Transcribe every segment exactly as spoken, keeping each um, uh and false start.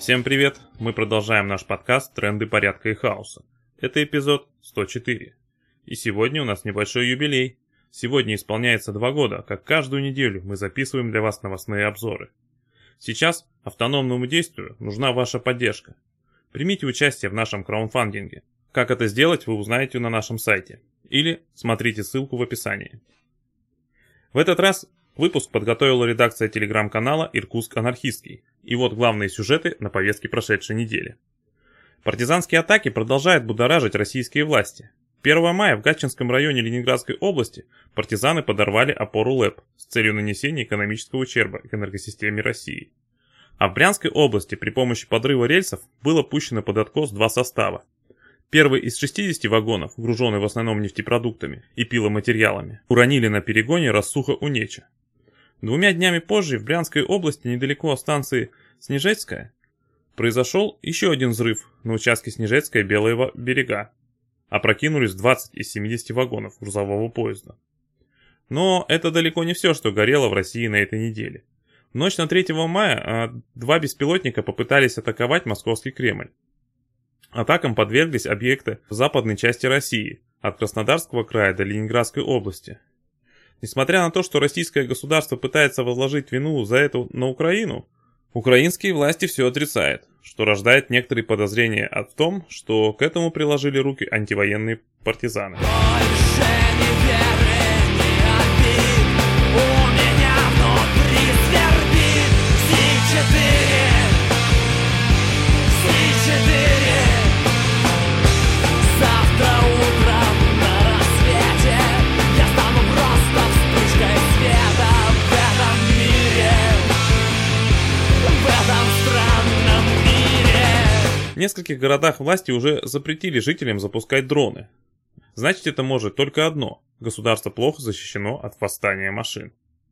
Всем привет! Мы продолжаем наш подкаст «Тренды порядка и хаоса». Это эпизод сто четыре. И сегодня у нас небольшой юбилей. Сегодня исполняется два года, как каждую неделю мы записываем для вас новостные обзоры. Сейчас автономному действию нужна ваша поддержка. Примите участие в нашем краудфандинге. Как это сделать, вы узнаете на нашем сайте. Или смотрите ссылку в описании. В этот раз выпуск подготовила редакция телеграм-канала «Иркутск Анархистский». И вот главные сюжеты на повестке прошедшей недели. Партизанские атаки продолжают будоражить российские власти. первого мая в Гатчинском районе Ленинградской области партизаны подорвали опору ЛЭП с целью нанесения экономического ущерба к энергосистеме России. А в Брянской области при помощи подрыва рельсов было пущено под откос два состава. Первый из шестидесяти вагонов, груженный в основном нефтепродуктами и пиломатериалами, уронили на перегоне Рассуха-Унеча. Двумя днями позже в Брянской области, недалеко от станции Снежецкая, произошел еще один взрыв на участке Снежецкая-Белые берега. Опрокинулись двадцать из семидесяти вагонов грузового поезда. Но это далеко не все, что горело в России на этой неделе. В ночь на третьего мая два беспилотника попытались атаковать Московский Кремль. Атакам подверглись объекты в западной части России, от Краснодарского края до Ленинградской области. Несмотря на то, что российское государство пытается возложить вину за это на Украину, украинские власти все отрицают, что рождает некоторые подозрения о том, что к этому приложили руки антивоенные партизаны. В нескольких городах власти уже запретили жителям запускать дроны. Значит, это может только одно – государство плохо защищено от восстания машин.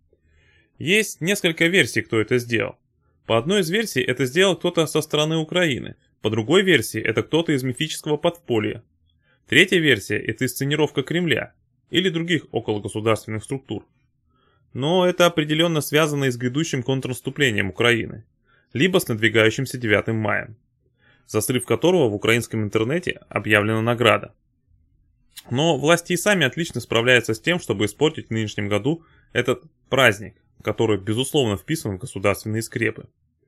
Есть несколько версий, кто это сделал. По одной из версий это сделал кто-то со стороны Украины, по другой версии это кто-то из мифического подполья. Третья версия – это инсценировка Кремля или других окологосударственных структур. Но это определенно связано и с грядущим контрнаступлением Украины, либо с надвигающимся девятым маем. За срыв которого в украинском интернете объявлена награда. Но власти и сами отлично справляются с тем, чтобы испортить в нынешнем году этот праздник, который безусловно вписан в государственные скрепы.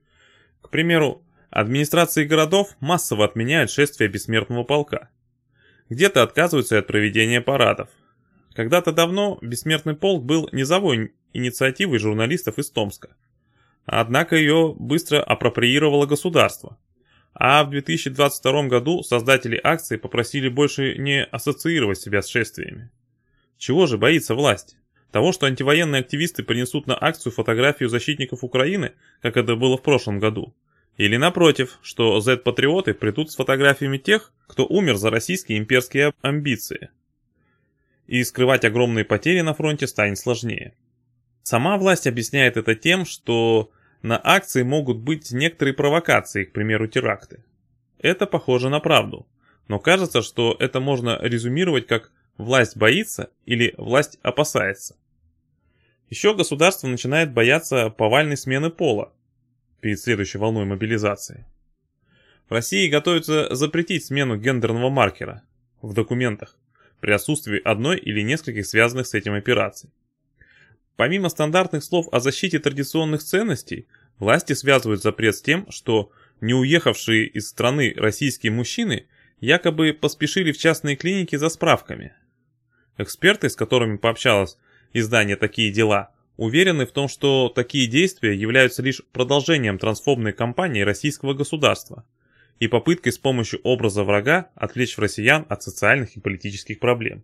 К примеру, администрации городов массово отменяют шествие бессмертного полка. Где-то отказываются от проведения парадов. Когда-то давно бессмертный полк был низовой инициативой журналистов из Томска. Однако ее быстро апроприировало государство. А в две тысячи двадцать втором году создатели акции попросили больше не ассоциировать себя с шествиями. Чего же боится власть? Того, что антивоенные активисты принесут на акцию фотографию защитников Украины, как это было в прошлом году? Или напротив, что зет-патриоты придут с фотографиями тех, кто умер за российские имперские амбиции? И скрывать огромные потери на фронте станет сложнее. Сама власть объясняет это тем, что на акции могут быть некоторые провокации, к примеру, теракты. Это похоже на правду, но кажется, что это можно резюмировать как «власть боится» или «власть опасается». Еще государство начинает бояться повальной смены пола перед следующей волной мобилизации. В России готовится запретить смену гендерного маркера в документах при отсутствии одной или нескольких связанных с этим операций. Помимо стандартных слов о защите традиционных ценностей, власти связывают запрет с тем, что не уехавшие из страны российские мужчины якобы поспешили в частные клиники за справками. Эксперты, с которыми пообщалось издание «Такие дела», уверены в том, что такие действия являются лишь продолжением трансфобной кампании российского государства и попыткой с помощью образа врага отвлечь россиян от социальных и политических проблем.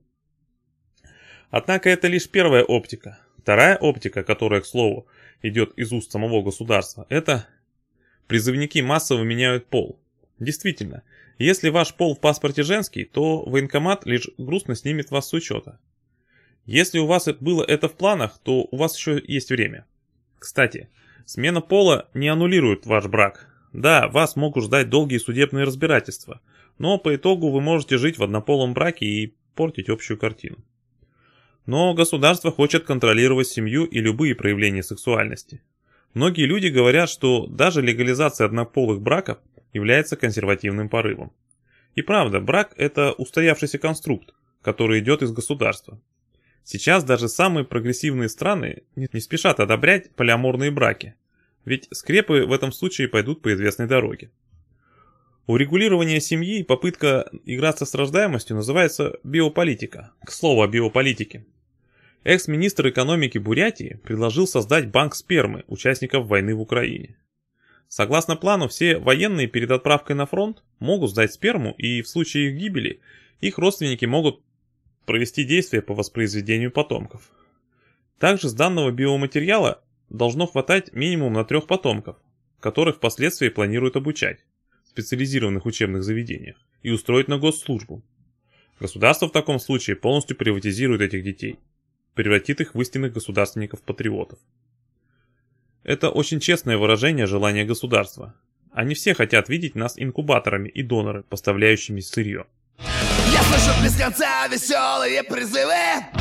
Однако это лишь первая оптика. Вторая оптика, которая, к слову, идет из уст самого государства, это призывники массово меняют пол. Действительно, если ваш пол в паспорте женский, то военкомат лишь грустно снимет вас с учета. Если у вас было это в планах, то у вас еще есть время. Кстати, смена пола не аннулирует ваш брак. Да, вас могут ждать долгие судебные разбирательства, но по итогу вы можете жить в однополом браке и портить общую картину. Но государство хочет контролировать семью и любые проявления сексуальности. Многие люди говорят, что даже легализация однополых браков является консервативным порывом. И правда, брак – это устоявшийся конструкт, который идет из государства. Сейчас даже самые прогрессивные страны не спешат одобрять полиаморные браки, ведь скрепы в этом случае пойдут по известной дороге. Урегулирование семьи и попытка играться с рождаемостью называется биополитика. К слову о биополитике. Экс-министр экономики Бурятии предложил создать банк спермы участников войны в Украине. Согласно плану, все военные перед отправкой на фронт могут сдать сперму, и в случае их гибели их родственники могут провести действия по воспроизведению потомков. Также с данного биоматериала должно хватать минимум на трех потомков, которых впоследствии планируют обучать в специализированных учебных заведениях и устроить на госслужбу. Государство в таком случае полностью приватизирует этих детей, превратит их в истинных государственников-патриотов. Это очень честное выражение желания государства. Они все хотят видеть нас инкубаторами и доноры, поставляющими сырье. Я слышу без конца веселые призывы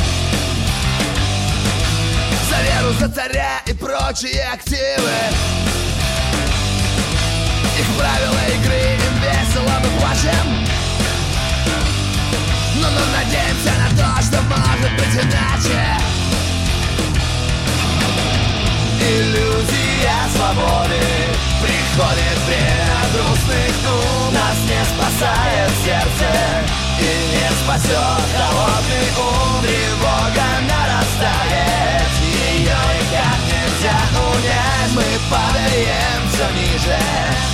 за веру, за царя и прочие активы. Их правила игры, им весело, мы плачем, но мы надеемся на то, что может быть иначе. Иллюзия свободы, приходит время грустных дум. Нас не спасает сердце и не спасет холодный ум. Тревога нарастает, ее никак нельзя унять. Мы падаем все ниже,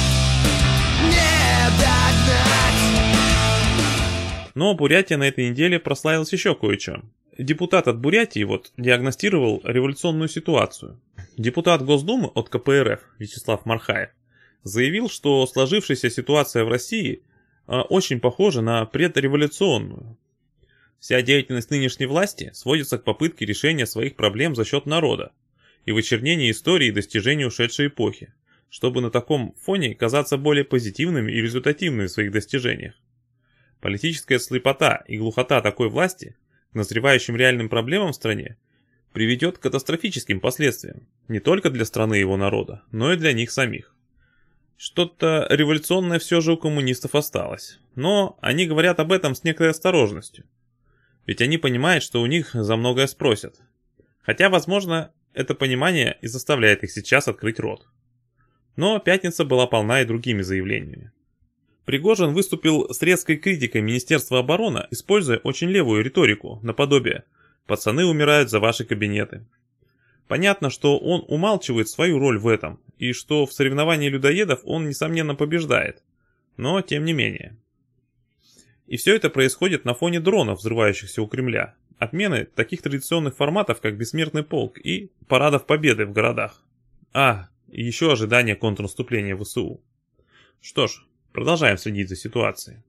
не догнать. Но Бурятия на этой неделе прославилась еще кое-чем. Депутат от Бурятии вот диагностировал революционную ситуацию. Депутат Госдумы от ка пэ эр эф Вячеслав Мархаев заявил, что сложившаяся ситуация в России э, очень похожа на предреволюционную. Вся деятельность нынешней власти сводится к попытке решения своих проблем за счет народа и вычернения истории и достижений ушедшей эпохи, чтобы на таком фоне казаться более позитивными и результативными в своих достижениях. Политическая слепота и глухота такой власти к назревающим реальным проблемам в стране приведет к катастрофическим последствиям не только для страны и его народа, но и для них самих. Что-то революционное все же у коммунистов осталось, но они говорят об этом с некоторой осторожностью, ведь они понимают, что у них за многое спросят. Хотя, возможно, это понимание и заставляет их сейчас открыть рот. Но пятница была полна и другими заявлениями. Пригожин выступил с резкой критикой Министерства обороны, используя очень левую риторику, наподобие «пацаны умирают за ваши кабинеты». Понятно, что он умалчивает свою роль в этом, и что в соревновании людоедов он, несомненно, побеждает, но тем не менее. И все это происходит на фоне дронов, взрывающихся у Кремля, отмены таких традиционных форматов, как «Бессмертный полк» и парадов победы в городах. А, и еще ожидание контрнаступления вэ эс у. Что ж, продолжаем следить за ситуацией.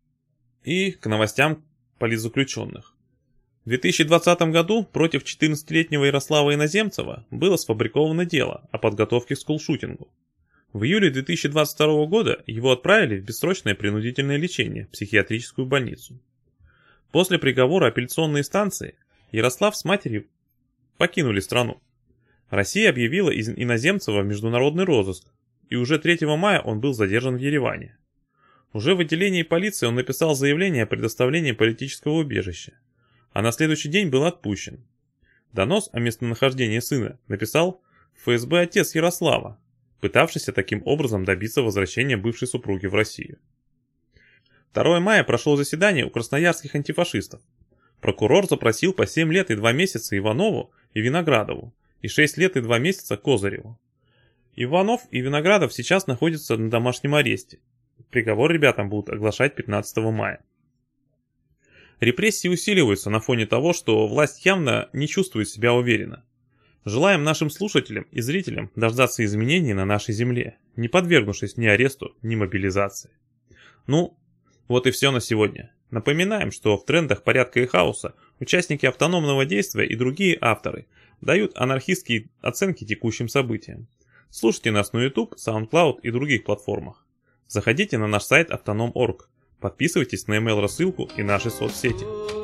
И к новостям политзаключенных. В две тысячи двадцатом году против четырнадцатилетнего Ярослава Иноземцева было сфабриковано дело о подготовке к скулшутингу. В июле две тысячи двадцать второго года его отправили в бессрочное принудительное лечение в психиатрическую больницу. После приговора апелляционной инстанции Ярослав с матерью покинули страну. Россия объявила Иноземцева в международный розыск, и уже третьего мая он был задержан в Ереване. Уже в отделении полиции он написал заявление о предоставлении политического убежища, а на следующий день был отпущен. Донос о местонахождении сына написал в эф эс бэ отец Ярослава, пытавшийся таким образом добиться возвращения бывшей супруги в Россию. второго мая прошло заседание у красноярских антифашистов. Прокурор запросил по семь лет и два месяца Иванову и Виноградову и шесть лет и два месяца Козыреву. Иванов и Виноградов сейчас находятся на домашнем аресте. Приговор ребятам будут оглашать пятнадцатого мая. Репрессии усиливаются на фоне того, что власть явно не чувствует себя уверенно. Желаем нашим слушателям и зрителям дождаться изменений на нашей земле, не подвергнувшись ни аресту, ни мобилизации. Ну, вот и все на сегодня. Напоминаем, что в трендах порядка и хаоса участники автономного действия и другие авторы дают анархистские оценки текущим событиям. Слушайте нас на YouTube, SoundCloud и других платформах. Заходите на наш сайт автоном точка орг. Подписывайтесь на email-рассылку и наши соцсети.